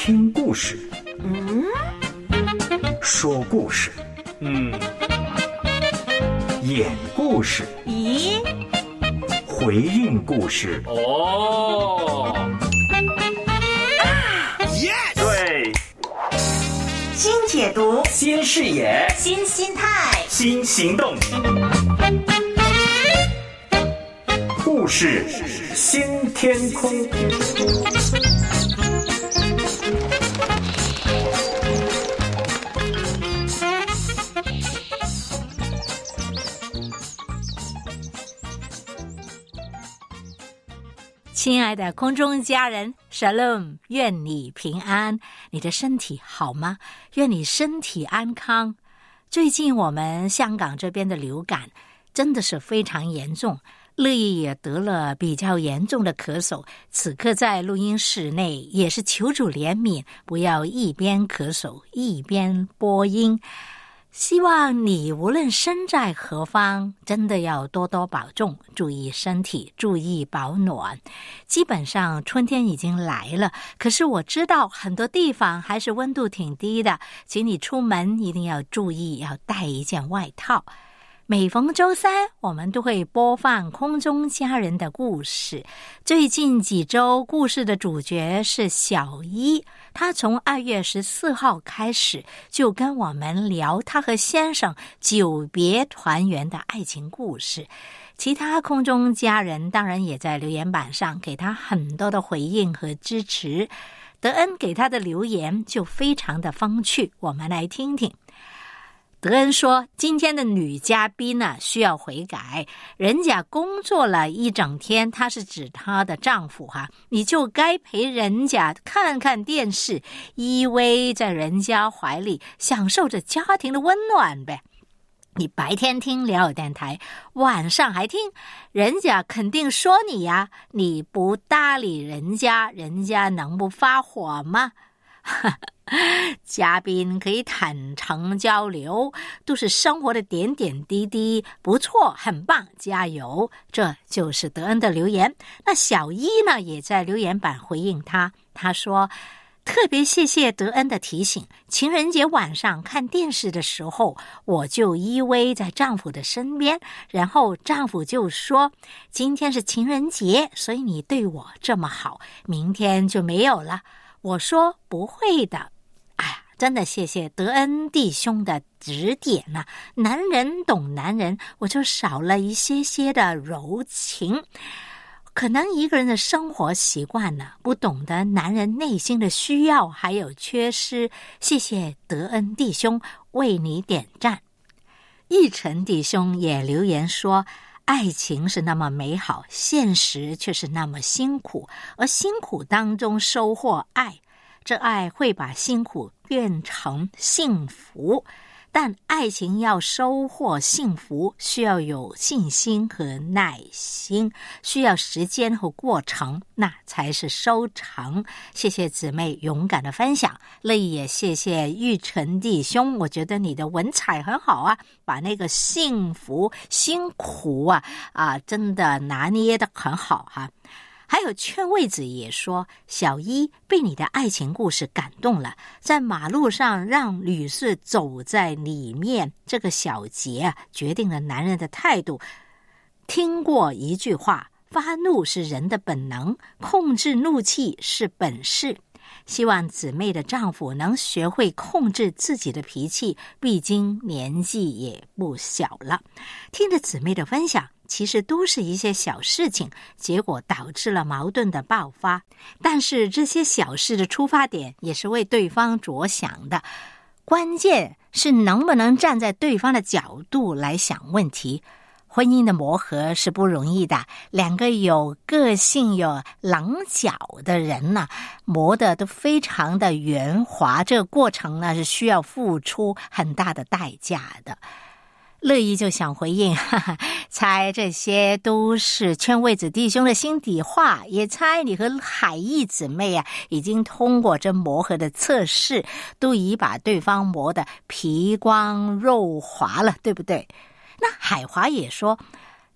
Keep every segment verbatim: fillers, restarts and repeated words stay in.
听故事， 嗯， 说故事， 嗯， 演故事， 咦， 回应故事。 哦， 对， 新解读， 新视野， 新心态， 新行动，故事新天空。 亲爱的空中家人 Shalom， 愿你平安。你的身体好吗？愿你身体安康。最近我们香港这边的流感真的是非常严重，乐意也得了比较严重的咳嗽，此刻在录音室内也是求主怜悯，不要一边咳嗽一边播音。希望你无论身在何方，真的要多多保重，注意身体，注意保暖。基本上春天已经来了，可是我知道很多地方还是温度挺低的，请你出门一定要注意，要带一件外套。每逢周三，我们都会播放空中家人的故事。最近几周，故事的主角是小一，他从二月十四号开始就跟我们聊他和先生久别团圆的爱情故事。其他空中家人当然也在留言板上给他很多的回应和支持。德恩给他的留言就非常的风趣，我们来听听。德恩说，今天的女嘉宾呢需要悔改，人家工作了一整天，她是指她的丈夫哈，你就该陪人家看看电视，依偎在人家怀里，享受着家庭的温暖呗。你白天听辽友电台，晚上还听，人家肯定说你呀，你不搭理人家，人家能不发火吗？嘉宾可以坦诚交流，都是生活的点点滴滴，不错，很棒，加油。这就是德恩的留言。那小一呢也在留言板回应他，他说特别谢谢德恩的提醒，情人节晚上看电视的时候，我就依偎在丈夫的身边，然后丈夫就说，今天是情人节，所以你对我这么好，明天就没有了。我说不会的。哎呀，真的谢谢德恩弟兄的指点啊，男人懂男人，我就少了一些些的柔情。可能一个人的生活习惯呢，不懂得男人内心的需要还有缺失。谢谢德恩弟兄，为你点赞。义晨弟兄也留言说，爱情是那么美好，现实却是那么辛苦，而辛苦当中收获爱，这爱会把辛苦变成幸福。但爱情要收获幸福，需要有信心和耐心，需要时间和过程，那才是收成。谢谢姊妹勇敢的分享，乐意也谢谢玉成弟兄，我觉得你的文采很好啊，把那个幸福辛苦啊啊，真的拿捏得很好哈、啊。还有劝慰子也说，小一被你的爱情故事感动了，在马路上让女士走在里面，这个小节啊，决定了男人的态度。听过一句话，发怒是人的本能，控制怒气是本事。希望姊妹的丈夫能学会控制自己的脾气，毕竟年纪也不小了。听着姊妹的分享，其实都是一些小事情，结果导致了矛盾的爆发。但是这些小事的出发点也是为对方着想的，关键是能不能站在对方的角度来想问题。婚姻的磨合是不容易的，两个有个性有棱角的人呢，磨得都非常的圆滑，这个过程呢是需要付出很大的代价的。乐意就想回应，哈哈，猜这些都是劝慰子弟兄的心底话，也猜你和海义姊妹啊，已经通过这磨合的测试，都已把对方磨得皮光肉滑了，对不对？那海华也说，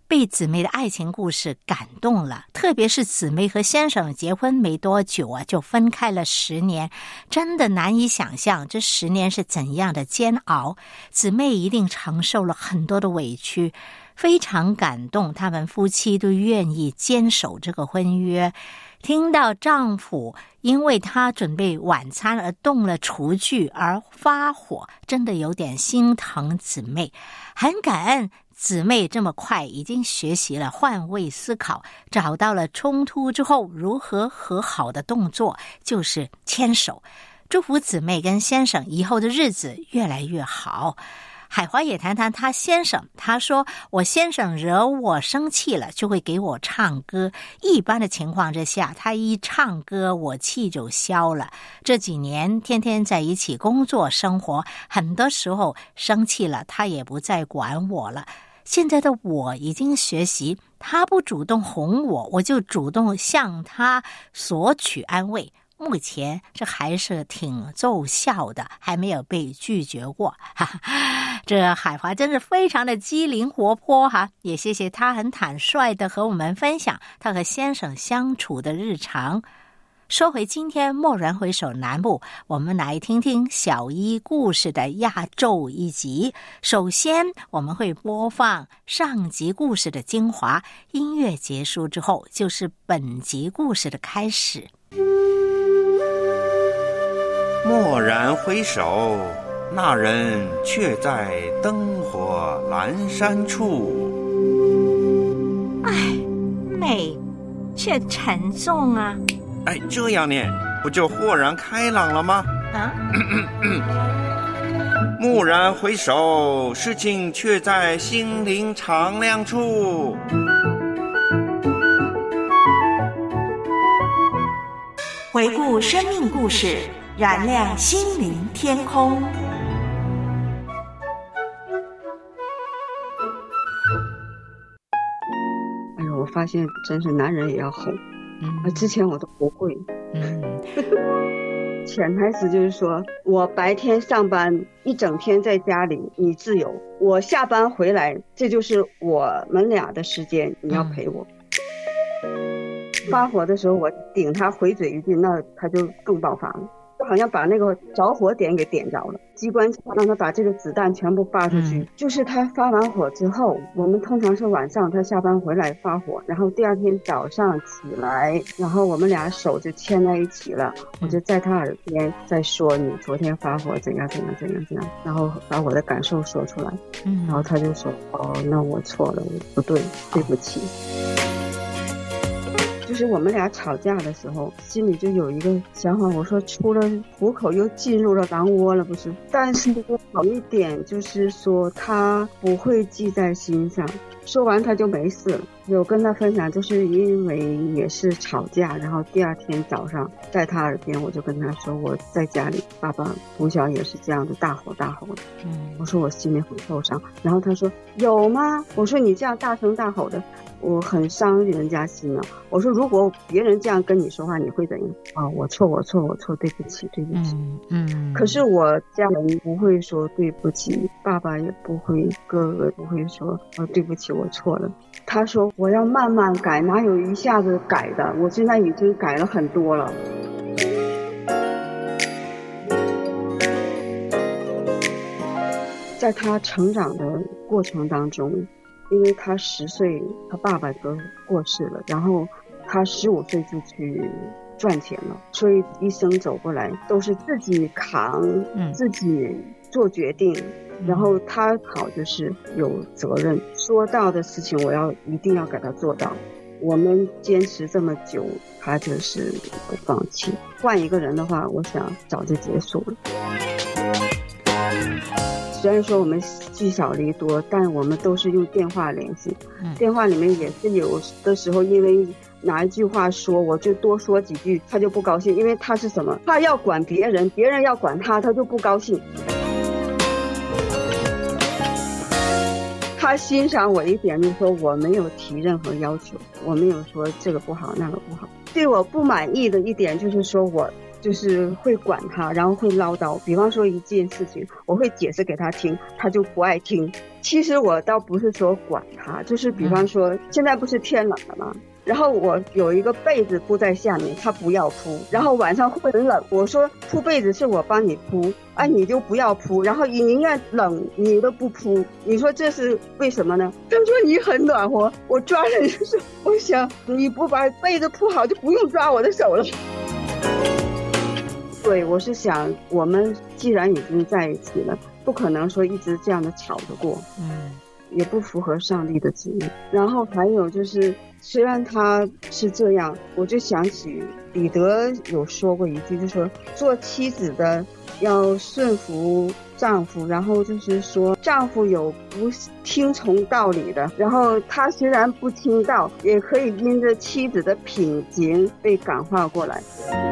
被姊妹的爱情故事感动了，特别是姊妹和先生结婚没多久啊，就分开了十年，真的难以想象这十年是怎样的煎熬。姊妹一定承受了很多的委屈，非常感动，他们夫妻都愿意坚守这个婚约。听到丈夫因为他准备晚餐而动了厨具而发火，真的有点心疼姊妹，很感恩姊妹这么快已经学习了换位思考，找到了冲突之后如何和好的动作，就是牵手。祝福姊妹跟先生以后的日子越来越好。海华也谈谈他先生，他说我先生惹我生气了就会给我唱歌，一般的情况之下他一唱歌我气就消了。这几年天天在一起工作生活，很多时候生气了他也不再管我了。现在的我已经学习，他不主动哄我，我就主动向他索取安慰。目前这还是挺奏效的，还没有被拒绝过。哈哈，这海华真是非常的机灵活泼哈，也谢谢他很坦率的和我们分享他和先生相处的日常。说回今天蓦然回首南部，我们来听听小一故事的压轴一集。首先我们会播放上集故事的精华，音乐结束之后就是本集故事的开始。 蓦然回首，那人却在灯火阑珊处。 哎，美却沉重啊！ 哎，这样念不就豁然开朗了吗？ 啊！ 蓦然回首，事情却在心灵敞亮处。 回顾生命故事，燃亮心灵天空。 哎呦，我发现真是男人也要哄。嗯，之前我都不会。嗯，潜台词就是说，我白天上班一整天在家里，你自由；我下班回来，这就是我们俩的时间，你要陪我。嗯、发火的时候，我顶他回嘴一句，那他就更爆发了。就好像把那个着火点给点着了，机关枪让他把这个子弹全部发出去。嗯、就是他发完火之后，我们通常是晚上他下班回来发火，然后第二天早上起来，然后我们俩手就牵在一起了，嗯、我就在他耳边在说你昨天发火怎样怎样怎样怎样，然后把我的感受说出来。嗯，然后他就说哦，那我错了，我不对，对不起。就是我们俩吵架的时候，心里就有一个想法，我说出了虎口又进入了狼窝了，不是？但是好一点就是说他不会记在心上，说完他就没事了。有跟他分享，就是因为也是吵架，然后第二天早上在他耳边我就跟他说，我在家里爸爸从小也是这样的大吼大吼的。嗯，我说我心里很受伤。然后他说有吗？我说你这样大声大吼的我很伤人家心了。我说如果别人这样跟你说话你会怎样？啊，我错我错我错，对不起对不起。嗯嗯。可是我家人不会说对不起，爸爸也不会，哥哥不会说哦对不起我错了。他说我要慢慢改，哪有一下子改的，我现在已经改了很多了。在他成长的过程当中，因为他十岁他爸爸都过世了，然后他十五岁就去赚钱了，所以一生走过来都是自己扛、嗯、自己做决定，然后他好就是有责任，说到的事情我要一定要给他做到。我们坚持这么久，他就是不放弃。换一个人的话，我想早就结束了。虽然说我们聚少离多，但我们都是用电话联系、嗯、电话里面也是有的时候因为哪一句话说我就多说几句，他就不高兴，因为他是什么，他要管别人，别人要管他，他就不高兴。他欣赏我一点就是说我没有提任何要求，我没有说这个不好那个不好。对我不满意的一点就是说我就是会管他，然后会唠叨。比方说一件事情，我会解释给他听，他就不爱听。其实我倒不是说管他，就是比方说、嗯、现在不是天冷了吗？然后我有一个被子铺在下面，他不要铺，然后晚上会很冷，我说铺被子是我帮你铺，哎，你就不要铺，然后你宁愿冷你都不铺，你说这是为什么呢？他说你很暖和，我抓着你的手，我想你不把被子铺好就不用抓我的手了。对，我是想我们既然已经在一起了，不可能说一直这样的吵着过，嗯，也不符合上帝的旨意。然后还有就是虽然他是这样，我就想起彼得有说过一句，就说做妻子的要顺服丈夫，然后就是说丈夫有不听从道理的，然后他虽然不听道，也可以因着妻子的品行被感化过来。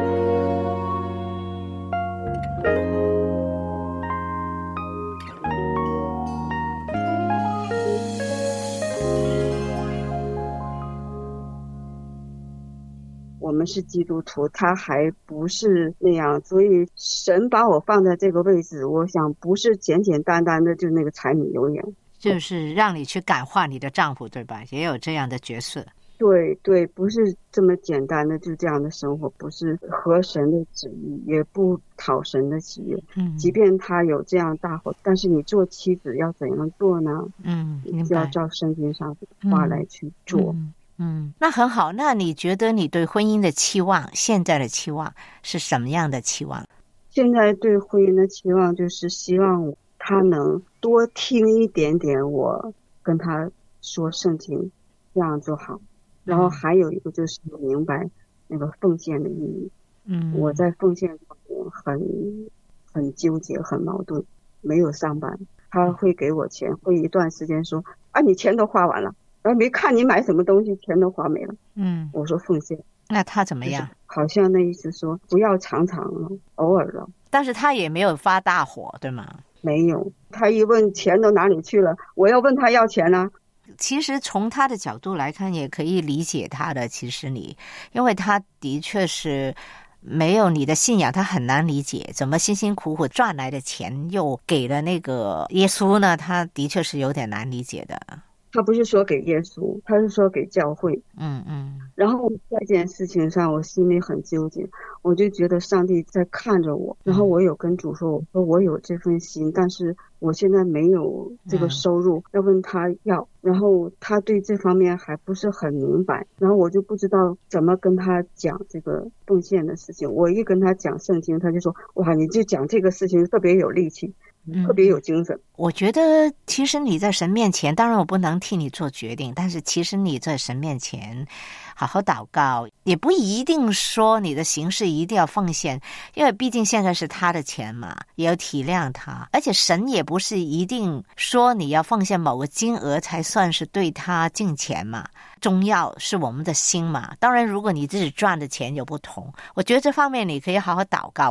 我们是基督徒，他还不是那样，所以神把我放在这个位置，我想不是简简单单的就那个柴米油盐， 就是让你去感化你的丈夫，对吧？也有这样的角色。 对对，不是这么简单的就这样的生活，不是合神的旨意，也不讨神的喜悦。嗯，即便他有这样大火，但是你做妻子要怎样做呢？嗯，你就要照圣经上的话来去做。嗯嗯，那很好。那你觉得你对婚姻的期望，现在的期望是什么样的期望？ 现在对婚姻的期望就是希望他能多听一点点我跟他说圣经，这样就好。然后还有一个就是明白那个奉献的意义。嗯，我在奉献上面很很纠结，很矛盾，没有上班，他会给我钱，会一段时间说啊，你钱都花完了。然后没看你买什么东西，钱都花没了。嗯，我说奉献。 那他怎么样？ 好像那意思说不要常常了，偶尔了。 但是他也没有发大火，对吗？ 没有，他一问钱都哪里去了，我要问他要钱啊。 其实从他的角度来看，也可以理解他的。其实你，因为他的确是没有你的信仰，他很难理解怎么辛辛苦苦赚来的钱又给了那个耶稣呢？他的确是有点难理解的。 他不是说给耶稣，他是说给教会。嗯嗯。然后在这件事情上，我心里很纠结，我就觉得上帝在看着我。然后我有跟主说，我说我有这份心，但是我现在没有这个收入，嗯、要问他要。然后他对这方面还不是很明白，然后我就不知道怎么跟他讲这个奉献的事情。我一跟他讲圣经，他就说哇，你就讲这个事情特别有力气。特别有精神、嗯、 我觉得其实你在神面前，当然我不能替你做决定，但是其实你在神面前好好祷告，也不一定说你的形式一定要奉献，因为毕竟现在是他的钱嘛，也要体谅他，而且神也不是一定说你要奉献某个金额才算是对他敬钱嘛，重要是我们的心嘛。当然如果你自己赚的钱有不同，我觉得这方面你可以好好祷告。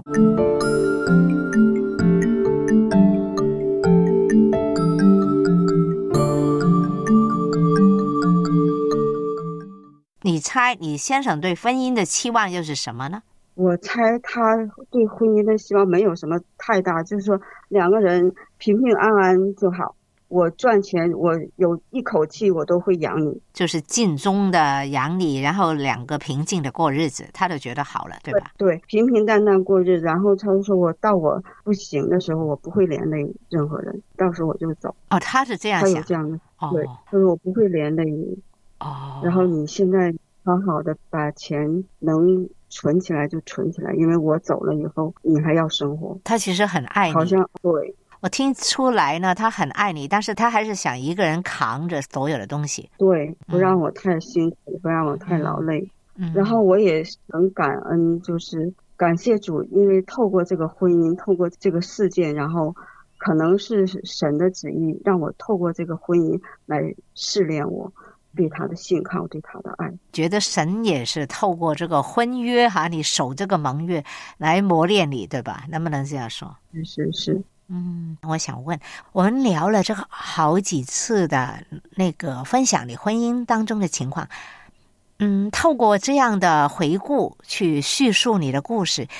你猜你先生对婚姻的期望又是什么呢？ 我猜他对婚姻的希望没有什么太大，就是说两个人平平安安就好，我赚钱，我有一口气我都会养你， 就是尽忠的养你，然后两个平静的过日子，他就觉得好了，对吧？ 对，对，平平淡淡过日子。然后他就说我到我不行的时候，我不会连累任何人，到时候我就走。 哦，他是这样想， 他有这样的，哦、对，他说我不会连累你。哦，然后你现在好好的把钱能存起来就存起来，因为我走了以后你还要生活。 他其实很爱你， 好像对， 我听出来呢，他很爱你，但是他还是想一个人扛着所有的东西， 对，不让我太辛苦、嗯、不让我太劳累、嗯、然后我也很感恩，就是感谢主，因为透过这个婚姻，透过这个事件，然后可能是神的旨意让我透过这个婚姻来试炼我对他的信靠，对他的爱。 觉得神也是透过这个婚约哈，你守这个盟约来磨练你，对吧？能不能这样说？ 是是是。 嗯，我想问，我们聊了这个好几次的那个分享你婚姻当中的情况，嗯，透过这样的回顾去叙述你的故事，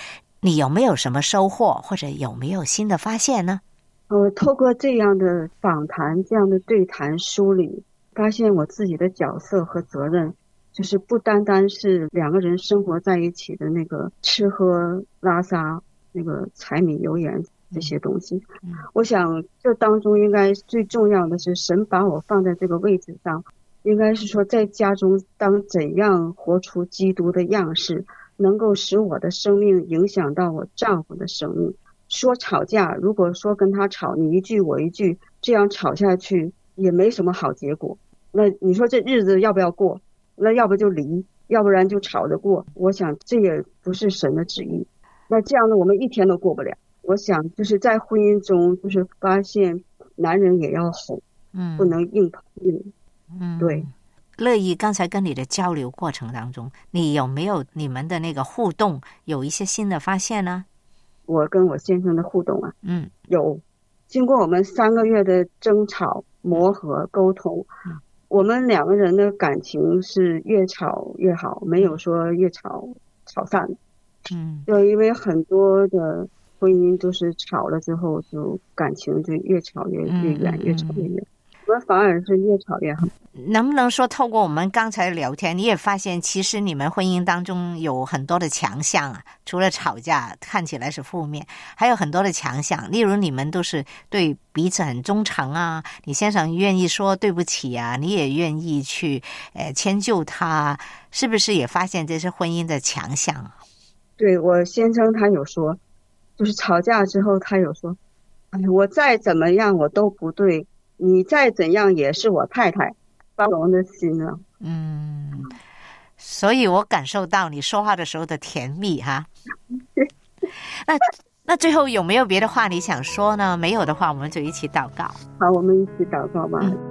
你有没有什么收获，或者有没有新的发现呢？ 呃，透过这样的访谈，这样的对谈梳理，发现我自己的角色和责任，就是不单单是两个人生活在一起的那个吃喝拉撒，那个柴米油盐这些东西。嗯嗯、我想这当中应该最重要的是，神把我放在这个位置上，应该是说在家中当怎样活出基督的样式，能够使我的生命影响到我丈夫的生命。说吵架，如果说跟他吵，你一句我一句，这样吵下去也没什么好结果。那你说这日子要不要过？那要不就离，要不然就吵着过。我想这也不是神的旨意。那这样的我们一天都过不了。我想就是在婚姻中，就是发现男人也要哄，嗯，不能硬碰硬。嗯，对。 乐意刚才跟你的交流过程当中，你有没有你们的那个互动有一些新的发现呢？ 我跟我先生的互动啊，嗯，有经过我们三个月的争吵、磨合、沟通，嗯，我们两个人的感情是越吵越好，没有说越吵吵散。嗯，就因为很多的婚姻都是吵了之后，就感情就越吵越越远，越吵越远。我们反而是越吵越好。 能不能说透过我们刚才聊天，你也发现其实你们婚姻当中有很多的强项啊，除了吵架看起来是负面，还有很多的强项，例如你们都是对彼此很忠诚啊，你先生愿意说对不起啊，你也愿意去呃迁就他，是不是也发现这是婚姻的强项啊？ 对，我先生他有说，就是吵架之后他有说，哎，我再怎么样我都不对，你再怎样也是我太太，包容的心了。 嗯，所以我感受到你说话的时候的甜蜜哈。那那最后有没有别的话你想说呢？没有的话，我们就一起祷告。 好，我们一起祷告吧。嗯，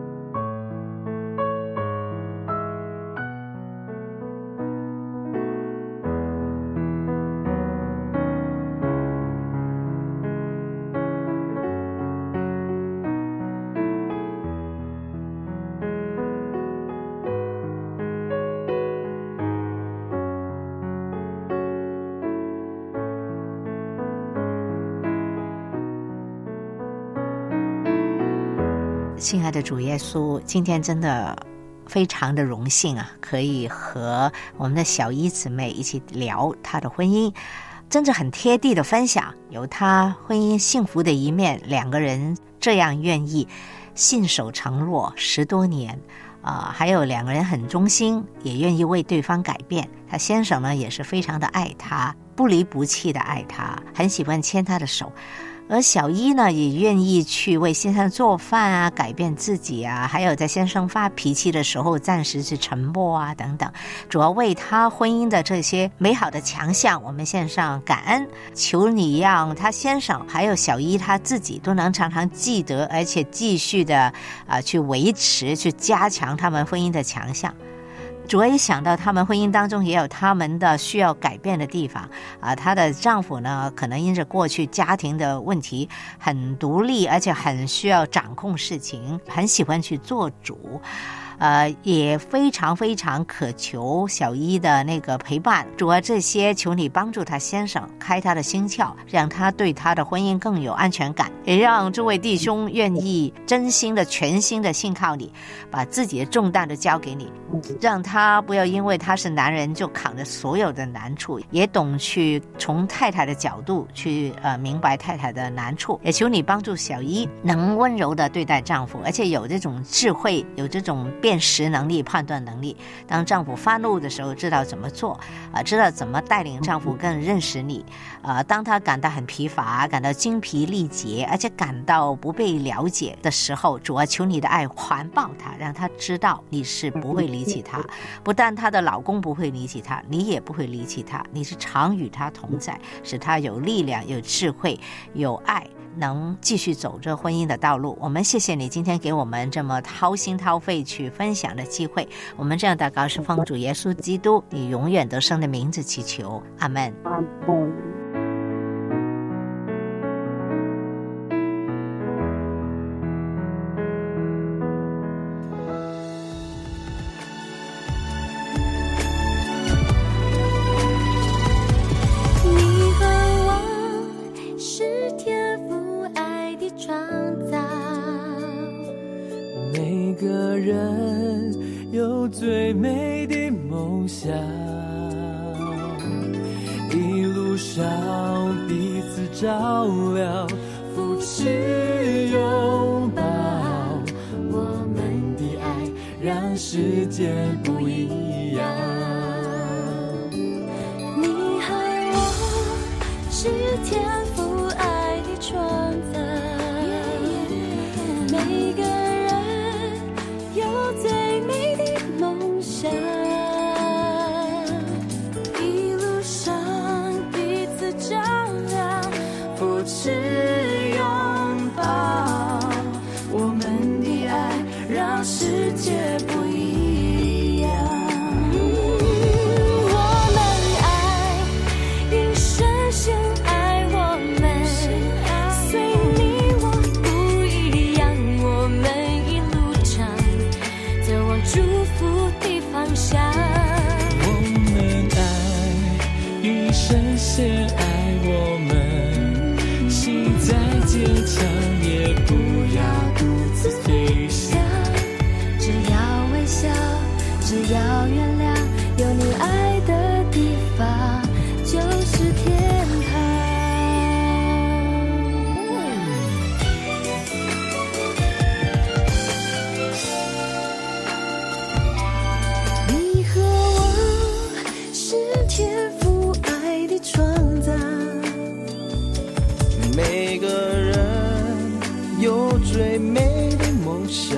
亲爱的主耶稣，今天真的非常的荣幸啊，可以和我们的小一姊妹一起聊她的婚姻，真的很贴地的分享，有她婚姻幸福的一面，两个人这样愿意信守承诺十多年啊、呃，还有两个人很忠心，也愿意为对方改变。他先生呢也是非常的爱她，不离不弃的爱她，很喜欢牵她的手。而小一呢也愿意去为先生做饭啊，改变自己啊，还有在先生发脾气的时候暂时去沉默啊等等，主要为他婚姻的这些美好的强项我们献上感恩，求你让他先生还有小一他自己都能常常记得，而且继续的啊、呃、去维持去加强他们婚姻的强项。主要也想到他们婚姻当中也有他们的需要改变的地方啊，她的丈夫呢可能因着过去家庭的问题很独立，而且很需要掌控事情，很喜欢去做主，呃，也非常非常渴求小一的那个陪伴。主要这些求你帮助他先生开他的心窍，让他对他的婚姻更有安全感，也让这位弟兄愿意真心的全心的信靠你，把自己的重担都交给你，让他不要因为他是男人就扛着所有的难处，也懂去从太太的角度去呃明白太太的难处。也求你帮助小一能温柔的对待丈夫，而且有这种智慧，有这种辨识能力、判断能力，当丈夫发怒的时候知道怎么做、呃、知道怎么带领丈夫更认识你、呃、当他感到很疲乏，感到精疲力竭，而且感到不被了解的时候，主啊，求你的爱环抱他，让他知道你是不会离弃他，不但他的老公不会离弃他，你也不会离弃他，你是常与他同在，使他有力量、有智慧、有爱，能继续走这婚姻的道路。我们谢谢你今天给我们这么掏心掏肺去分享的机会，我们这样祷告是奉主耶稣基督你永远得胜的名字祈求，阿们。 阿们。 你和我最美的梦想，一路上彼此照亮，扶持拥抱，我们的爱让世界不一样。 你和我是天赋爱的创造，每个人有最美的梦想，一路上彼此照亮，扶持拥抱，我们的爱让世界不一样。我们爱，一生先爱我们，随你我不一样，我们一路上走往祝福的方向。 我们爱，一生先爱我们，心再坚强也不要独自飞翔。 只要微笑，只要原谅，有你爱的地方就是天堂。你和我是天赋爱的创造， 每个人有最美的梦想，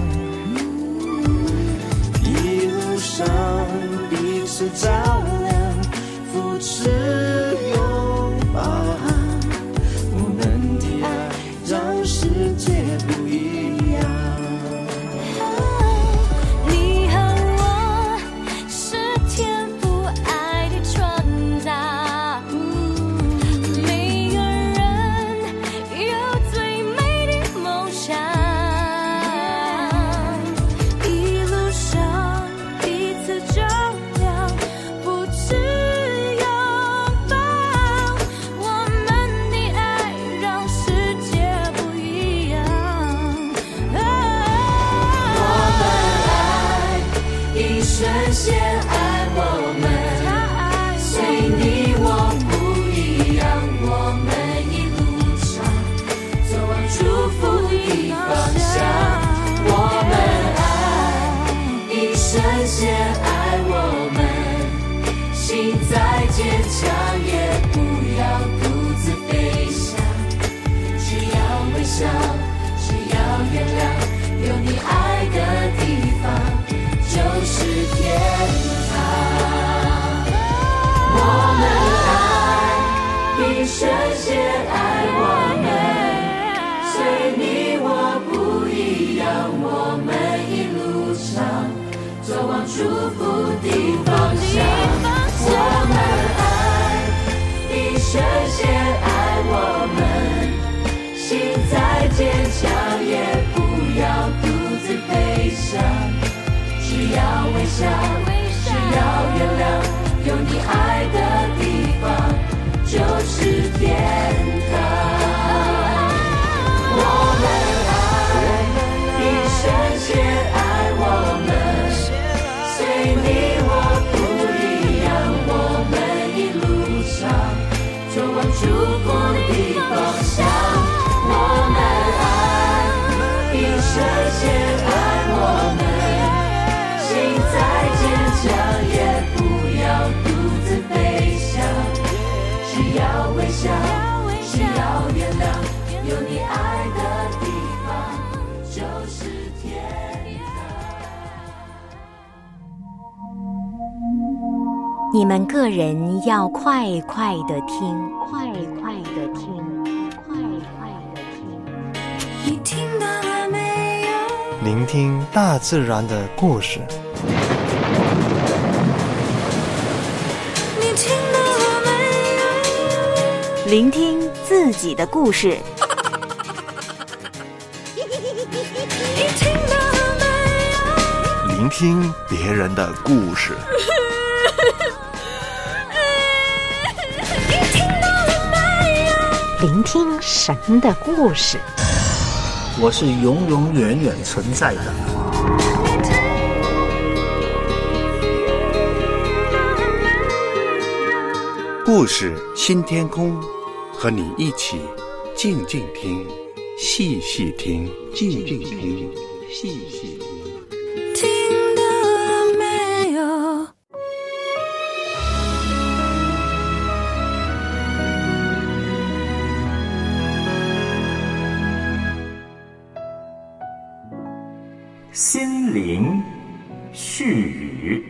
一路上彼此照亮，扶持拥抱，我们的爱让世界不一样。 你和我是天赋爱的创造，每个人有最美的梦想，一路上彼此照亮，扶持拥抱，我们的爱让世界不一样。我们爱，一生先爱我们，随你我不一样，我们一路上走往祝福的方向。我们爱，一生先爱我们，心再坚强也不要独自飞翔。只要微笑，只要原谅，有你爱的地方就是天堂。我们爱，一生先爱我们，随你我不一样，我们一路上走往祝福的方向。我们爱，一生先爱我们，心再坚强也不要独自飞翔。只要微笑，只要原谅，有你爱的地方就是天堂。我们爱，一生先爱我们，随你我不一样，我们一路上走往祝福的方向。我们爱，一生先爱我们，心再坚强也不要独自飞翔。只要微笑，只要原谅，有你爱的地方就是天堂。 你们个人要快快的听，快快的听，快快的听。 你听到了没有？ 聆听大自然的故事。 你听到了没有？ 聆听自己的故事。 你听到了没有？ 聆听别人的故事。 你听到了没有？ 聆听神的故事。 我是永永远远存在的。 故事新天空，和你一起静静听，细细听，静静听，细细听。 听到了没有？ 心灵絮语。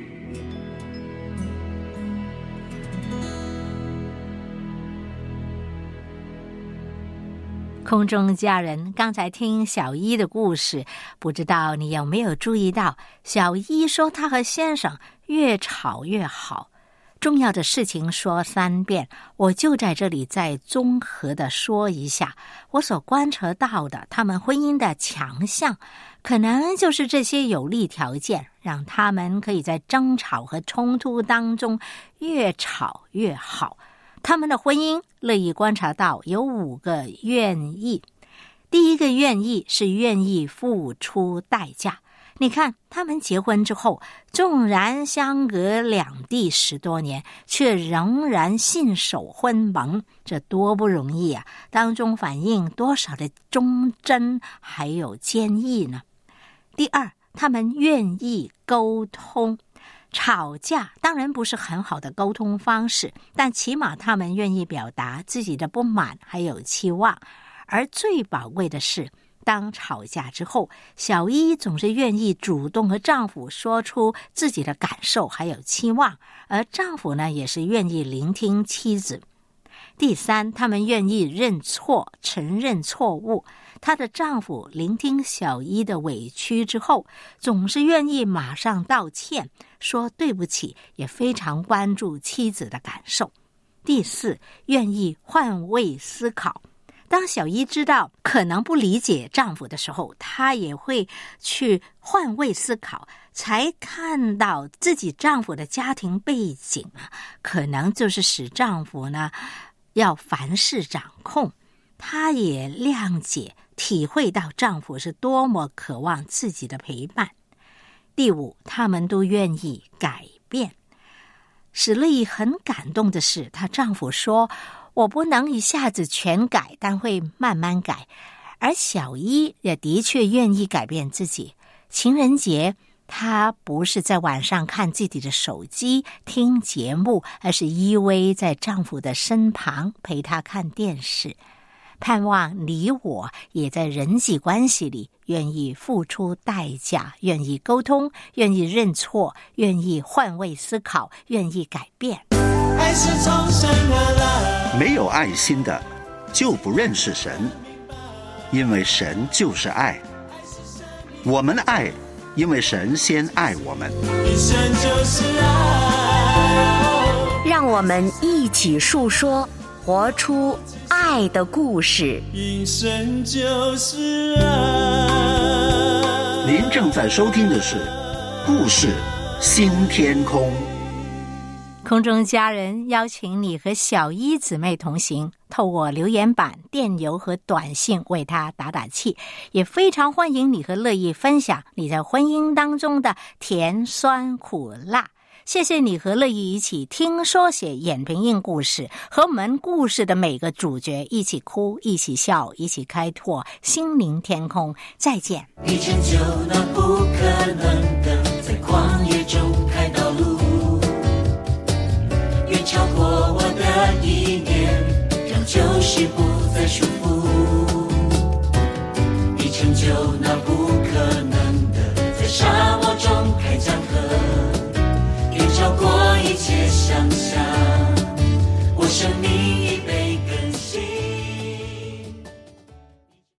空中家人，刚才听小一的故事，不知道你有没有注意到，小一说他和先生越吵越好。重要的事情说三遍，我就在这里再综合的说一下我所观察到的他们婚姻的强项，可能就是这些有利条件，让他们可以在争吵和冲突当中越吵越好。他们的婚姻乐意观察到有五个愿意。第一个愿意是愿意付出代价。你看，他们结婚之后，纵然相隔两地十多年，却仍然信守婚盟，这多不容易啊！当中反映多少的忠贞还有坚毅呢？第二，他们愿意沟通。吵架当然不是很好的沟通方式，但起码他们愿意表达自己的不满还有期望。而最宝贵的是，当吵架之后，小一总是愿意主动和丈夫说出自己的感受还有期望，而丈夫呢也是愿意聆听妻子。第三，他们愿意认错，承认错误。她的丈夫聆听小一的委屈之后，总是愿意马上道歉，说对不起，也非常关注妻子的感受。第四，愿意换位思考。当小一知道可能不理解丈夫的时候，她也会去换位思考，才看到自己丈夫的家庭背景啊，可能就是使丈夫呢要凡事掌控。她也谅解体会到丈夫是多么渴望自己的陪伴。第五，他们都愿意改变。使乐意很感动的是，她丈夫说，我不能一下子全改，但会慢慢改。而小一也的确愿意改变自己。情人节，她不是在晚上看自己的手机听节目，而是依偎在丈夫的身旁陪他看电视。盼望你我也在人际关系里愿意付出代价，愿意沟通，愿意认错，愿意换位思考，愿意改变。 爱是从神而来， 没有爱心的就不认识神，因为神就是爱。我们爱，因为神先爱我们。 神就是爱， 让我们一起述说活出爱的故事。 因神就是爱。 您正在收听的是故事新天空。 空中家人邀请你和小一姊妹同行，透过留言板、电邮和短信为她打打气，也非常欢迎你和乐意分享你在婚姻当中的甜酸苦辣。谢谢你和乐意一起听说写演评印故事，和我们故事的每个主角一起哭，一起笑，一起开拓心灵天空。再见。 你成就那不可能的，在旷野中开道路，远超过我的意念，让旧事不再束缚。你成就那不可能的，在沙漠中开江河，远超过一切想象。